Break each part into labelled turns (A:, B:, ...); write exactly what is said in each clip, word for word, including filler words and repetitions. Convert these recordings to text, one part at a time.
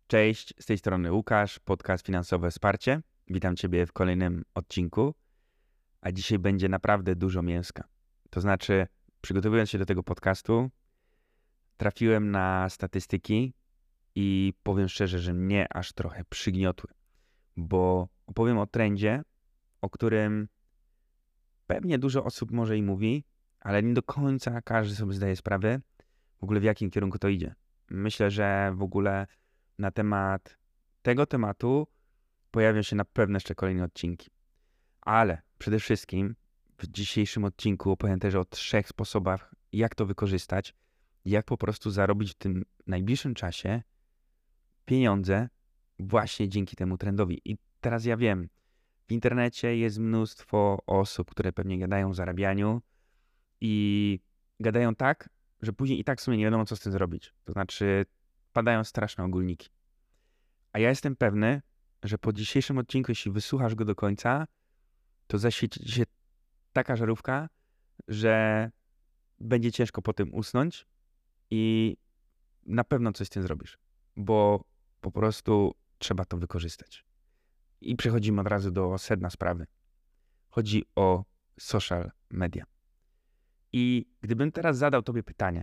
A: Cześć, z tej strony Łukasz, podcast Finansowe Wsparcie. Witam Ciebie w kolejnym odcinku, a dzisiaj będzie naprawdę dużo mięska. To znaczy, przygotowując się do tego podcastu, trafiłem na statystyki i powiem szczerze, że mnie aż trochę przygniotły, bo opowiem o trendzie, o którym pewnie dużo osób może i mówi, ale nie do końca każdy sobie zdaje sprawę w ogóle w jakim kierunku to idzie. Myślę, że w ogóle na temat tego tematu pojawią się na pewno jeszcze kolejne odcinki. Ale przede wszystkim w dzisiejszym odcinku opowiem też o trzech sposobach, jak to wykorzystać, jak po prostu zarobić w tym najbliższym czasie pieniądze właśnie dzięki temu trendowi. I teraz ja wiem, w internecie jest mnóstwo osób, które pewnie gadają o zarabianiu i gadają tak, że później i tak w sumie nie wiadomo, co z tym zrobić. To znaczy padają straszne ogólniki. A ja jestem pewny, że po dzisiejszym odcinku, jeśli wysłuchasz go do końca, to zaświeci ci się taka żarówka, że będzie ciężko po tym usnąć i na pewno coś z tym zrobisz, bo po prostu trzeba to wykorzystać. I przechodzimy od razu do sedna sprawy. Chodzi o social media. I gdybym teraz zadał tobie pytanie,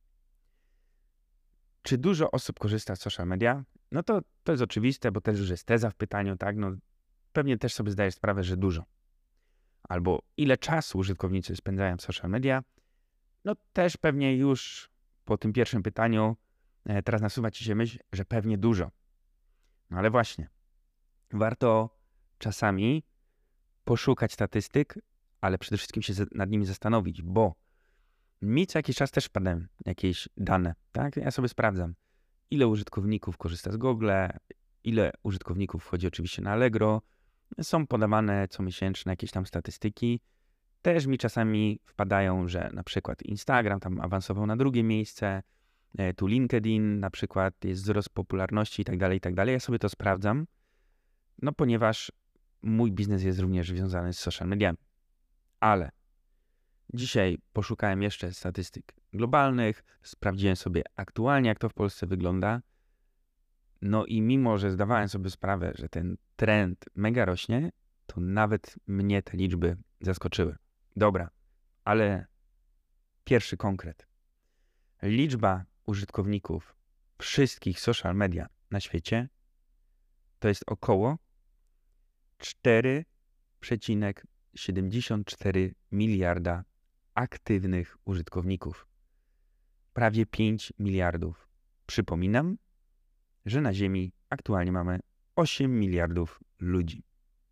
A: czy dużo osób korzysta z social media? No to, to jest oczywiste, bo też już jest teza w pytaniu, tak? No pewnie też sobie zdajesz sprawę, że dużo. Albo ile czasu użytkownicy spędzają w social media? No też pewnie już po tym pierwszym pytaniu e, teraz nasuwa ci się myśl, że pewnie dużo. No ale właśnie, warto czasami poszukać statystyk, ale przede wszystkim się nad nimi zastanowić, bo mi co jakiś czas też wpadają jakieś dane, tak? Ja sobie sprawdzam, ile użytkowników korzysta z Google, ile użytkowników wchodzi oczywiście na Allegro. Są podawane comiesięczne jakieś tam statystyki. Też mi czasami wpadają, że na przykład Instagram tam awansował na drugie miejsce, tu LinkedIn na przykład jest wzrost popularności i tak dalej, i tak dalej. Ja sobie to sprawdzam, no ponieważ mój biznes jest również związany z social mediami. Ale dzisiaj poszukałem jeszcze statystyk globalnych, sprawdziłem sobie aktualnie, jak to w Polsce wygląda. No i mimo, że zdawałem sobie sprawę, że ten trend mega rośnie, to nawet mnie te liczby zaskoczyły. Dobra, ale pierwszy konkret. Liczba użytkowników wszystkich social media na świecie to jest około cztery przecinek siedemdziesiąt cztery miliarda aktywnych użytkowników. Prawie pięć miliardów. Przypominam, że na Ziemi aktualnie mamy osiem miliardów ludzi.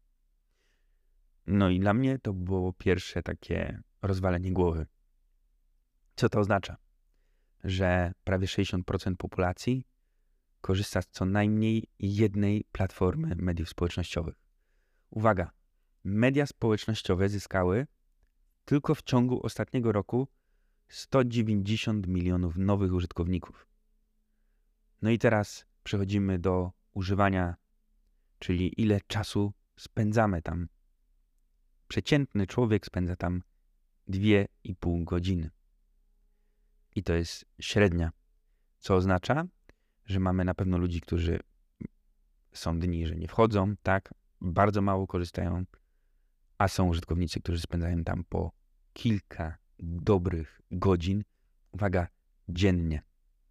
A: No i dla mnie to było pierwsze takie rozwalenie głowy. Co to oznacza? Że prawie sześćdziesiąt procent populacji korzysta z co najmniej jednej platformy mediów społecznościowych. Uwaga, media społecznościowe zyskały tylko w ciągu ostatniego roku sto dziewięćdziesiąt milionów nowych użytkowników. No i teraz przechodzimy do używania, czyli ile czasu spędzamy tam. Przeciętny człowiek spędza tam dwie i pół godziny. I to jest średnia, co oznacza, że mamy na pewno ludzi, którzy są dni, że nie wchodzą, tak, bardzo mało korzystają, a są użytkownicy, którzy spędzają tam po kilka dobrych godzin, uwaga, dziennie.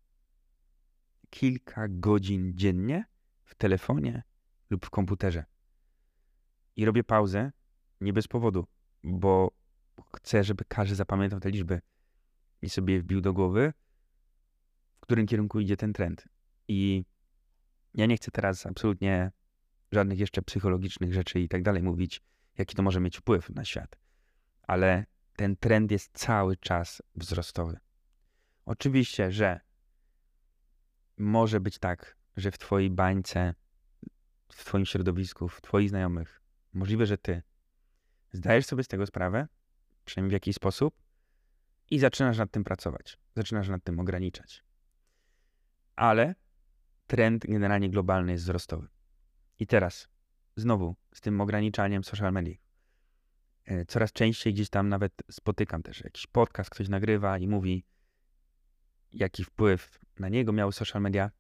A: Kilka godzin dziennie w telefonie lub w komputerze. I robię pauzę, nie bez powodu, bo chcę, żeby każdy zapamiętał te liczby i sobie wbił do głowy, w którym kierunku idzie ten trend. I ja nie chcę teraz absolutnie żadnych jeszcze psychologicznych rzeczy i tak dalej mówić, jaki to może mieć wpływ na świat. Ale ten trend jest cały czas wzrostowy. Oczywiście, że może być tak, że w twojej bańce, w twoim środowisku, w twoich znajomych, możliwe, że ty zdajesz sobie z tego sprawę, przynajmniej w jakiś sposób, i zaczynasz nad tym pracować. Zaczynasz nad tym ograniczać. Ale trend generalnie globalny jest wzrostowy. I teraz znowu z tym ograniczaniem social media. Coraz częściej gdzieś tam nawet spotykam też jakiś podcast, ktoś nagrywa i mówi, jaki wpływ na niego miały social media.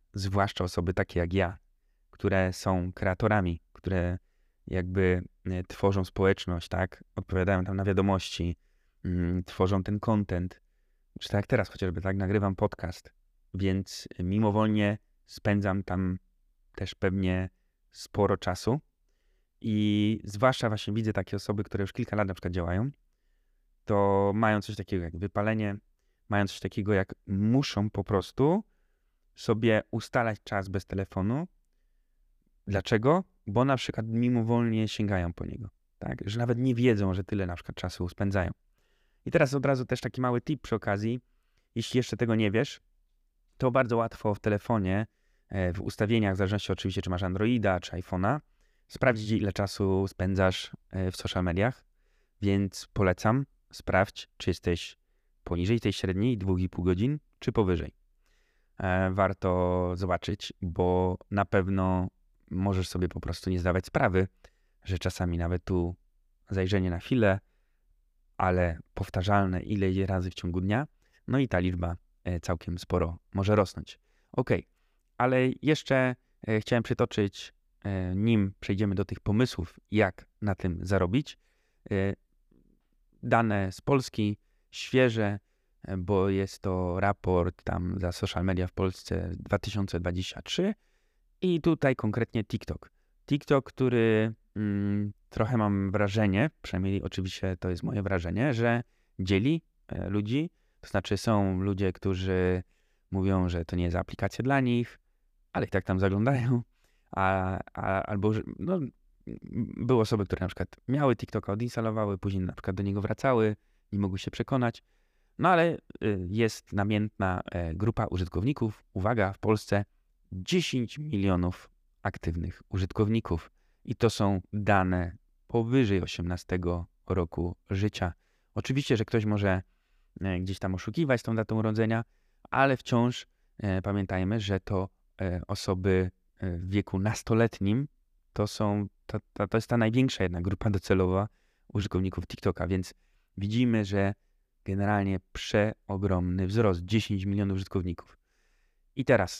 A: zwłaszcza osoby takie jak ja, które są kreatorami, które jakby e, tworzą społeczność, tak? Odpowiadają tam na wiadomości, mm, tworzą ten content. Czy tak jak teraz chociażby, tak? Nagrywam podcast, więc mimowolnie spędzam tam też pewnie sporo czasu i zwłaszcza właśnie widzę takie osoby, które już kilka lat na przykład działają, to mają coś takiego jak wypalenie, mają coś takiego jak muszą po prostu sobie ustalać czas bez telefonu. Dlaczego? Bo na przykład mimowolnie sięgają po niego, tak? Że nawet nie wiedzą, że tyle na przykład czasu spędzają. I teraz od razu też taki mały tip przy okazji. Jeśli jeszcze tego nie wiesz, to bardzo łatwo w telefonie, w ustawieniach, w zależności oczywiście, czy masz Androida, czy iPhone'a, sprawdzić, ile czasu spędzasz w social mediach. Więc polecam, sprawdź, czy jesteś poniżej tej średniej dwa i pół godzin, czy powyżej. Warto zobaczyć, bo na pewno możesz sobie po prostu nie zdawać sprawy, że czasami nawet tu zajrzenie na chwilę, ale powtarzalne ile razy w ciągu dnia, no i ta liczba całkiem sporo może rosnąć. Ok, ale jeszcze chciałem przytoczyć, nim przejdziemy do tych pomysłów, jak na tym zarobić, dane z Polski, świeże, bo jest to raport tam za social media w Polsce dwa tysiące dwudziesty trzeci i tutaj konkretnie TikTok. TikTok, który mm, trochę mam wrażenie, przynajmniej oczywiście to jest moje wrażenie, że dzieli e, ludzi, to znaczy są ludzie, którzy mówią, że to nie jest aplikacja dla nich, ale i tak tam zaglądają, a, a, albo że, no, były osoby, które na przykład miały TikToka, odinstalowały, później na przykład do niego wracały, nie mogły się przekonać. No ale jest namiętna grupa użytkowników, uwaga, w Polsce dziesięć milionów aktywnych użytkowników. I to są dane powyżej osiemnastego roku życia. Oczywiście, że ktoś może gdzieś tam oszukiwać tą datą urodzenia, ale wciąż pamiętajmy, że to osoby w wieku nastoletnim to są, to, to, to jest ta największa jedna grupa docelowa użytkowników TikToka, więc widzimy, że generalnie przeogromny wzrost, dziesięć milionów użytkowników. I teraz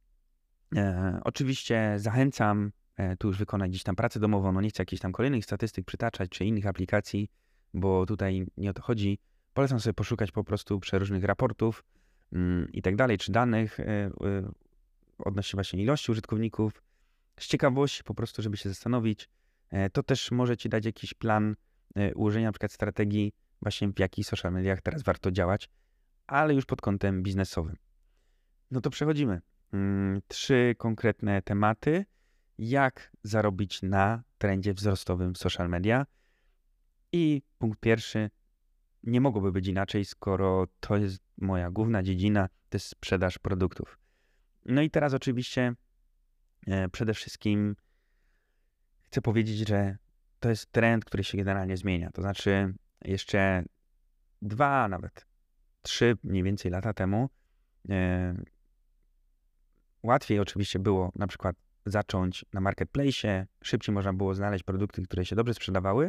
A: e, oczywiście zachęcam e, tu już wykonać gdzieś tam pracę domową, no nie chcę jakichś tam kolejnych statystyk przytaczać, czy innych aplikacji, bo tutaj nie o to chodzi. Polecam sobie poszukać po prostu przeróżnych raportów mm, i tak dalej, czy danych e, e, odnośnie właśnie ilości użytkowników. Z ciekawości po prostu, żeby się zastanowić. E, to też może ci dać jakiś plan e, ułożenia na przykład strategii właśnie w jakich social mediach teraz warto działać, ale już pod kątem biznesowym. No to przechodzimy. Hmm, trzy konkretne tematy, jak zarobić na trendzie wzrostowym w social media. I punkt pierwszy, nie mogłoby być inaczej, skoro to jest moja główna dziedzina, to jest sprzedaż produktów. No i teraz oczywiście e, przede wszystkim chcę powiedzieć, że to jest trend, który się generalnie zmienia. To znaczy jeszcze dwa, nawet trzy mniej więcej lata temu e, łatwiej oczywiście było na przykład zacząć na marketplace, szybciej można było znaleźć produkty, które się dobrze sprzedawały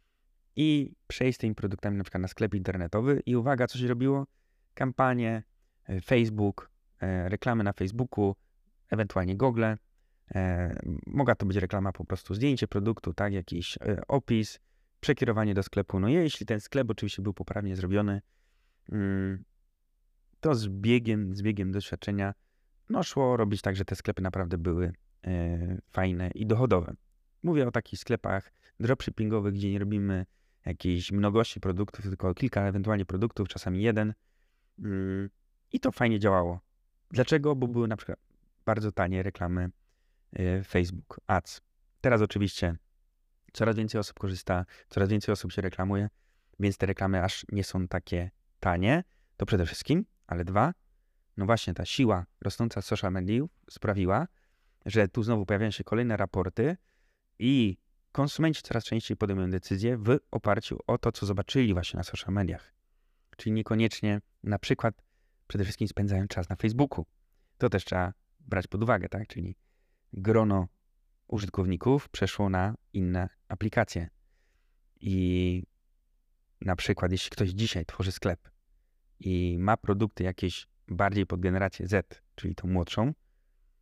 A: i przejść z tymi produktami na przykład na sklep internetowy i uwaga, co się robiło? Kampanie, e, Facebook, e, reklamy na Facebooku, ewentualnie Google. E, mogła to być reklama po prostu zdjęcie produktu, tak, jakiś e, opis, przekierowanie do sklepu. No i jeśli ten sklep oczywiście był poprawnie zrobiony, mm, to z biegiem, z biegiem doświadczenia no szło robić tak, że te sklepy naprawdę były e, fajne i dochodowe. Mówię o takich sklepach dropshippingowych, gdzie nie robimy jakiejś mnogości produktów, tylko kilka ewentualnie produktów, czasami jeden. Mm, I to fajnie działało. Dlaczego? Bo były na przykład bardzo tanie reklamy e, Facebook Ads. Teraz oczywiście coraz więcej osób korzysta, coraz więcej osób się reklamuje, więc te reklamy aż nie są takie tanie. To przede wszystkim, ale dwa, no właśnie ta siła rosnąca z social mediów sprawiła, że tu znowu pojawiają się kolejne raporty i konsumenci coraz częściej podejmują decyzje w oparciu o to, co zobaczyli właśnie na social mediach. Czyli niekoniecznie na przykład przede wszystkim spędzają czas na Facebooku. To też trzeba brać pod uwagę, tak? Czyli grono użytkowników przeszło na inne aplikacje. I na przykład jeśli ktoś dzisiaj tworzy sklep i ma produkty jakieś bardziej pod generację Z, czyli tą młodszą,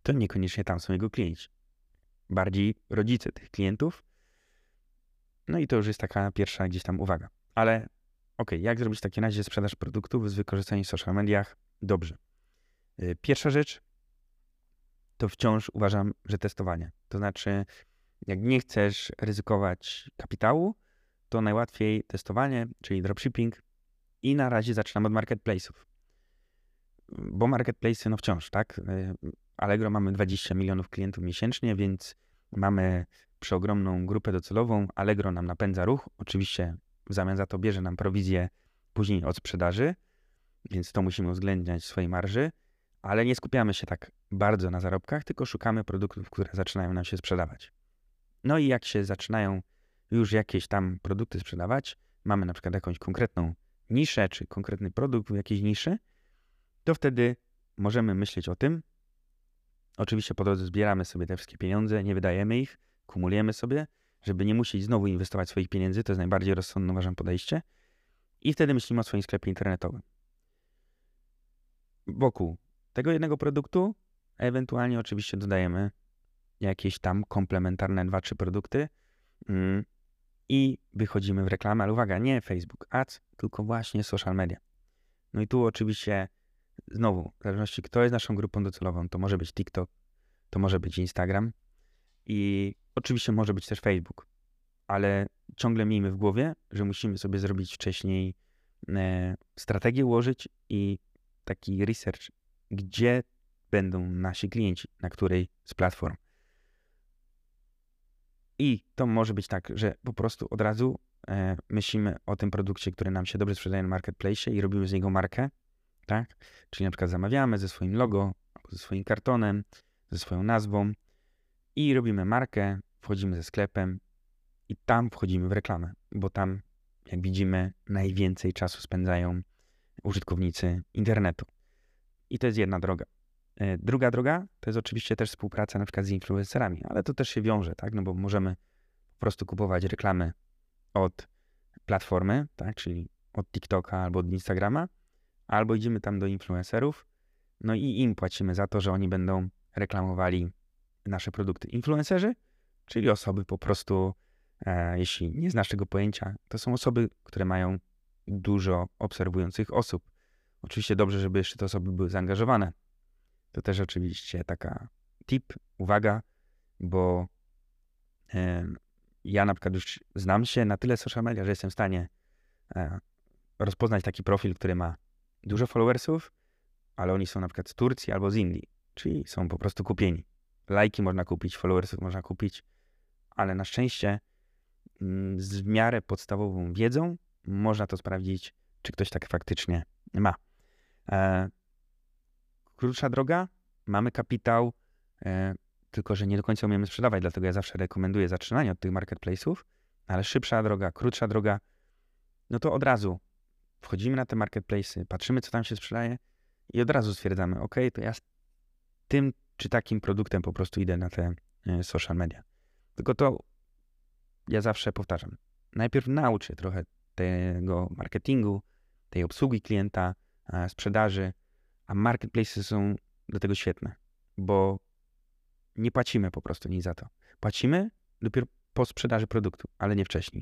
A: to niekoniecznie tam są jego klienci. Bardziej rodzice tych klientów. No i to już jest taka pierwsza gdzieś tam uwaga. Ale okej, jak zrobić w takim razie sprzedaż produktów z wykorzystaniem social mediach? Dobrze. Pierwsza rzecz to wciąż uważam, że testowanie. To znaczy, jak nie chcesz ryzykować kapitału, to najłatwiej testowanie, czyli dropshipping i na razie zaczynam od marketplace'ów. Bo marketplace'y, no wciąż, tak? Allegro mamy dwadzieścia milionów klientów miesięcznie, więc mamy przeogromną grupę docelową. Allegro nam napędza ruch. Oczywiście w zamian za to bierze nam prowizję później od sprzedaży, więc to musimy uwzględniać w swojej marży, ale nie skupiamy się tak bardzo na zarobkach, tylko szukamy produktów, które zaczynają nam się sprzedawać. No i jak się zaczynają już jakieś tam produkty sprzedawać, mamy na przykład jakąś konkretną niszę, czy konkretny produkt w jakiejś niszy, to wtedy możemy myśleć o tym. Oczywiście po drodze zbieramy sobie te wszystkie pieniądze, nie wydajemy ich, kumulujemy sobie, żeby nie musieć znowu inwestować swoich pieniędzy. To jest najbardziej rozsądne, uważam, podejście. I wtedy myślimy o swoim sklepie internetowym. Wokół tego jednego produktu ewentualnie oczywiście dodajemy jakieś tam komplementarne dwa trzy produkty mm, i wychodzimy w reklamę, ale uwaga, nie Facebook Ads, tylko właśnie social media. No i tu oczywiście znowu, w zależności kto jest naszą grupą docelową, to może być TikTok, to może być Instagram i oczywiście może być też Facebook, ale ciągle miejmy w głowie, że musimy sobie zrobić wcześniej e, strategię ułożyć i taki research, gdzie będą nasi klienci, na której z platform. I to może być tak, że po prostu od razu e, myślimy o tym produkcie, który nam się dobrze sprzedaje na marketplace i robimy z niego markę, tak? Czyli na przykład zamawiamy ze swoim logo, ze swoim kartonem, ze swoją nazwą i robimy markę, wchodzimy ze sklepem i tam wchodzimy w reklamę, bo tam, jak widzimy, najwięcej czasu spędzają użytkownicy internetu. I to jest jedna droga. Druga droga to jest oczywiście też współpraca na przykład z influencerami, ale to też się wiąże, tak? No bo możemy po prostu kupować reklamy od platformy, tak? Czyli od TikToka albo od Instagrama, albo idziemy tam do influencerów, no i im płacimy za to, że oni będą reklamowali nasze produkty. Influencerzy, czyli osoby po prostu, e, jeśli nie znasz tego pojęcia, to są osoby, które mają dużo obserwujących osób. Oczywiście dobrze, żeby jeszcze te osoby były zaangażowane. To też oczywiście taka tip, uwaga, bo e, ja na przykład już znam się na tyle social media, że jestem w stanie e, rozpoznać taki profil, który ma dużo followersów, ale oni są na przykład z Turcji albo z Indii, czyli są po prostu kupieni. Lajki można kupić, followersów można kupić, ale na szczęście mm, z w miarę podstawową wiedzą można to sprawdzić, czy ktoś tak faktycznie ma. E, krótsza droga, mamy kapitał, e, tylko że nie do końca umiemy sprzedawać, dlatego ja zawsze rekomenduję zaczynanie od tych marketplace'ów, ale szybsza droga, krótsza droga, no to od razu wchodzimy na te marketplace'y, patrzymy, co tam się sprzedaje i od razu stwierdzamy, ok, to ja z tym czy takim produktem po prostu idę na te e, social media. Tylko to ja zawsze powtarzam. Najpierw naucz się trochę tego marketingu, tej obsługi klienta, e, sprzedaży, a marketplace'y są do tego świetne, bo nie płacimy po prostu nic za to. Płacimy dopiero po sprzedaży produktu, ale nie wcześniej.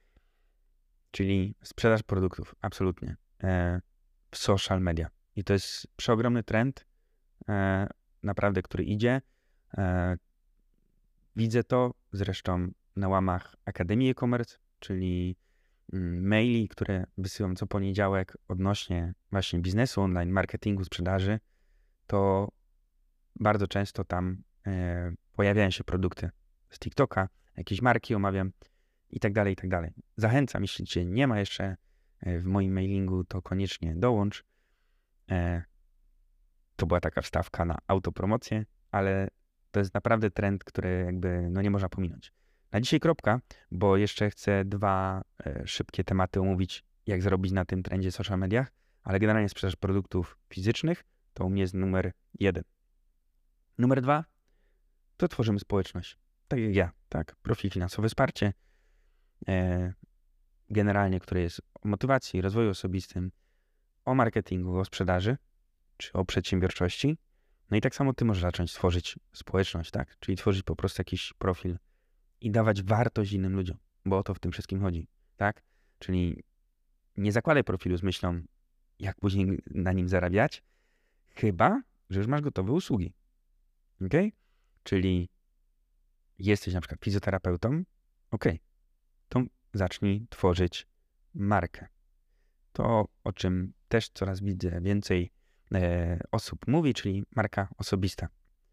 A: Czyli sprzedaż produktów, absolutnie, e, w social media. I to jest przeogromny trend, e, naprawdę, który idzie. E, widzę to zresztą na łamach Akademii e-commerce, czyli mm, maili, które wysyłam co poniedziałek odnośnie właśnie biznesu online, marketingu, sprzedaży, to bardzo często tam e, pojawiają się produkty z TikToka, jakieś marki omawiam i tak dalej, i tak dalej. Zachęcam, jeśli cię nie ma jeszcze w moim mailingu, to koniecznie dołącz. E, to była taka wstawka na autopromocję, ale to jest naprawdę trend, który jakby no nie można pominąć. Na dzisiaj kropka, bo jeszcze chcę dwa e, szybkie tematy omówić, jak zarobić na tym trendzie social mediach, ale generalnie sprzedaż produktów fizycznych to u mnie jest numer jeden. Numer dwa to tworzymy społeczność. Tak jak ja, tak? Profil finansowe wsparcie, e, generalnie, które jest o motywacji, rozwoju osobistym, o marketingu, o sprzedaży, czy o przedsiębiorczości. No i tak samo ty możesz zacząć tworzyć społeczność, tak? Czyli tworzyć po prostu jakiś profil i dawać wartość innym ludziom, bo o to w tym wszystkim chodzi, tak? Czyli nie zakładaj profilu z myślą, jak później na nim zarabiać, chyba, że już masz gotowe usługi, ok? Czyli jesteś na przykład fizjoterapeutą, ok, to zacznij tworzyć markę. To, o czym też coraz widzę więcej e, osób mówi, czyli marka osobista.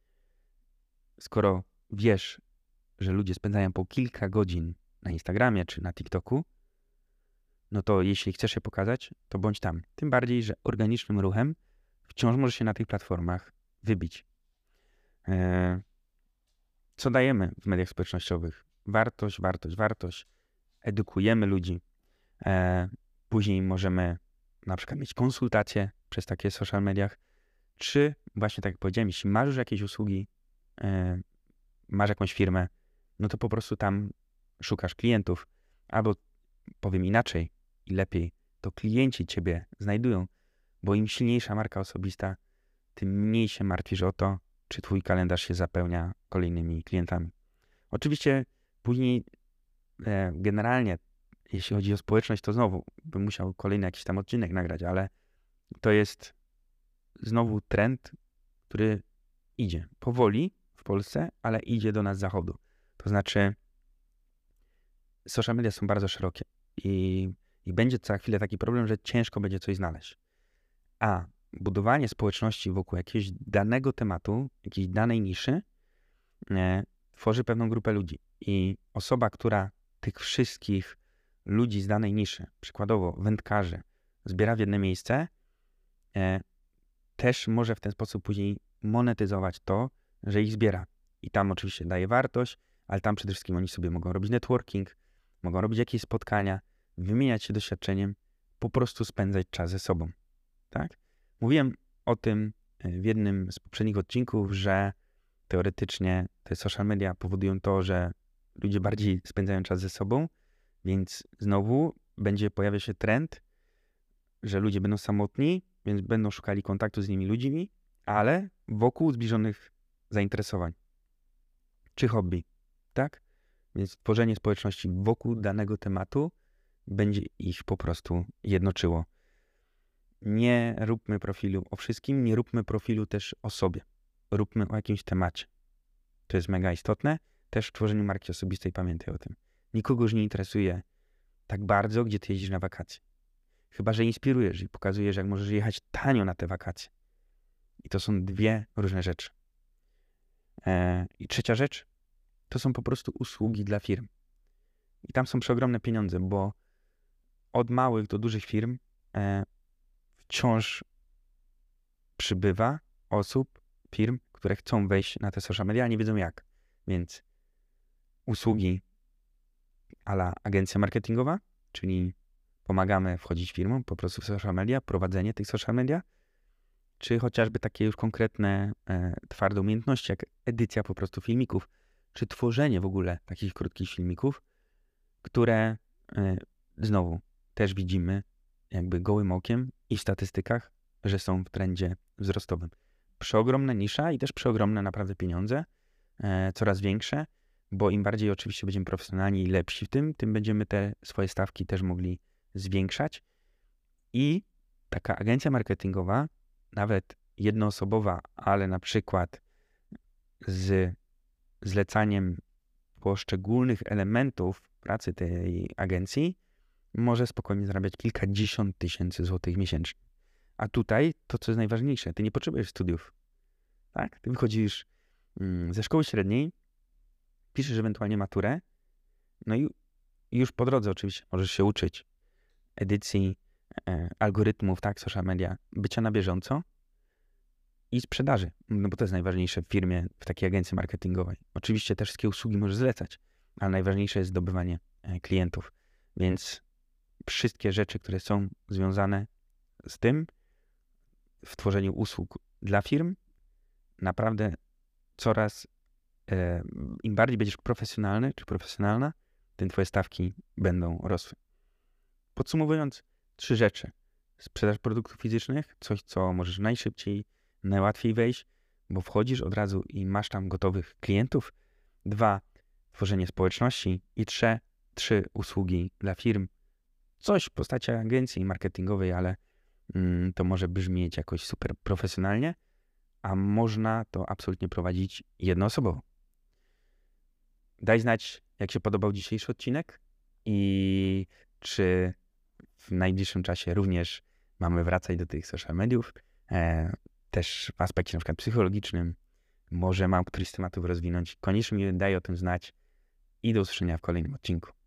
A: Skoro wiesz, że ludzie spędzają po kilka godzin na Instagramie czy na TikToku, no to jeśli chcesz się pokazać, to bądź tam. Tym bardziej, że organicznym ruchem wciąż możesz się na tych platformach wybić. E, co dajemy w mediach społecznościowych? Wartość, wartość, wartość. Edukujemy ludzi. E, później możemy na przykład mieć konsultacje przez takie social mediach, czy właśnie tak jak powiedziałem, jeśli masz już jakieś usługi, e, masz jakąś firmę, no to po prostu tam szukasz klientów, albo powiem inaczej i lepiej, to klienci ciebie znajdują, bo im silniejsza marka osobista, tym mniej się martwisz o to, czy twój kalendarz się zapełnia kolejnymi klientami. Oczywiście później e, generalnie, jeśli chodzi o społeczność, to znowu bym musiał kolejny jakiś tam odcinek nagrać, ale to jest znowu trend, który idzie powoli w Polsce, ale idzie do nas z zachodu. To znaczy social media są bardzo szerokie i, i będzie za chwilę taki problem, że ciężko będzie coś znaleźć. A budowanie społeczności wokół jakiegoś danego tematu, jakiejś danej niszy e, tworzy pewną grupę ludzi. I osoba, która tych wszystkich ludzi z danej niszy, przykładowo wędkarzy, zbiera w jedno miejsce, e, też może w ten sposób później monetyzować to, że ich zbiera. I tam oczywiście daje wartość, ale tam przede wszystkim oni sobie mogą robić networking, mogą robić jakieś spotkania, wymieniać się doświadczeniem, po prostu spędzać czas ze sobą. Tak? Mówiłem o tym w jednym z poprzednich odcinków, że teoretycznie te social media powodują to, że ludzie bardziej spędzają czas ze sobą, więc znowu będzie pojawiać się trend, że ludzie będą samotni, więc będą szukali kontaktu z innymi ludźmi, ale wokół zbliżonych zainteresowań czy hobby, tak? Więc tworzenie społeczności wokół danego tematu będzie ich po prostu jednoczyło. Nie róbmy profilu o wszystkim, nie róbmy profilu też o sobie. Róbmy o jakimś temacie. To jest mega istotne. Też w tworzeniu marki osobistej pamiętaj o tym. Nikogo już nie interesuje tak bardzo, gdzie ty jeździsz na wakacje. Chyba że inspirujesz i pokazujesz, jak możesz jechać tanio na te wakacje. I to są dwie różne rzeczy. E, I trzecia rzecz, to są po prostu usługi dla firm. I tam są przeogromne pieniądze, bo od małych do dużych firm e, wciąż przybywa osób, firm, które chcą wejść na te social media, a nie wiedzą jak. Więc usługi a la agencja marketingowa, czyli pomagamy wchodzić firmom po prostu w social media, prowadzenie tych social media, czy chociażby takie już konkretne, e, twarde umiejętności, jak edycja po prostu filmików, czy tworzenie w ogóle takich krótkich filmików, które e, znowu też widzimy jakby gołym okiem i w statystykach, że są w trendzie wzrostowym. Przeogromna nisza i też przeogromne naprawdę pieniądze, e, coraz większe, bo im bardziej oczywiście będziemy profesjonalni i lepsi w tym, tym będziemy te swoje stawki też mogli zwiększać. I taka agencja marketingowa, nawet jednoosobowa, ale na przykład z zlecaniem poszczególnych elementów pracy tej agencji, może spokojnie zarabiać kilkadziesiąt tysięcy złotych miesięcznie. A tutaj to, co jest najważniejsze, ty nie potrzebujesz studiów. Tak? Ty wychodzisz mm, ze szkoły średniej, piszesz ewentualnie maturę, no i już po drodze oczywiście możesz się uczyć edycji, e, algorytmów, tak, social media, bycia na bieżąco i sprzedaży, no bo to jest najważniejsze w firmie, w takiej agencji marketingowej. Oczywiście też wszystkie usługi możesz zlecać, ale najważniejsze jest zdobywanie e, klientów, więc wszystkie rzeczy, które są związane z tym, w tworzeniu usług dla firm, naprawdę coraz, e, im bardziej będziesz profesjonalny czy profesjonalna, tym twoje stawki będą rosły. Podsumowując, trzy rzeczy. Sprzedaż produktów fizycznych, coś, co możesz najszybciej, najłatwiej wejść, bo wchodzisz od razu i masz tam gotowych klientów. Dwa, tworzenie społeczności. I trzy, trzy usługi dla firm. Coś w postaci agencji marketingowej, ale mm, to może brzmieć jakoś super profesjonalnie, a można to absolutnie prowadzić jednoosobowo. Daj znać, jak się podobał dzisiejszy odcinek i czy w najbliższym czasie również mamy wracać do tych social mediów, e, też w aspekcie na przykład psychologicznym. Może mam któryś z tematów rozwinąć. Koniecznie mi daj o tym znać i do usłyszenia w kolejnym odcinku.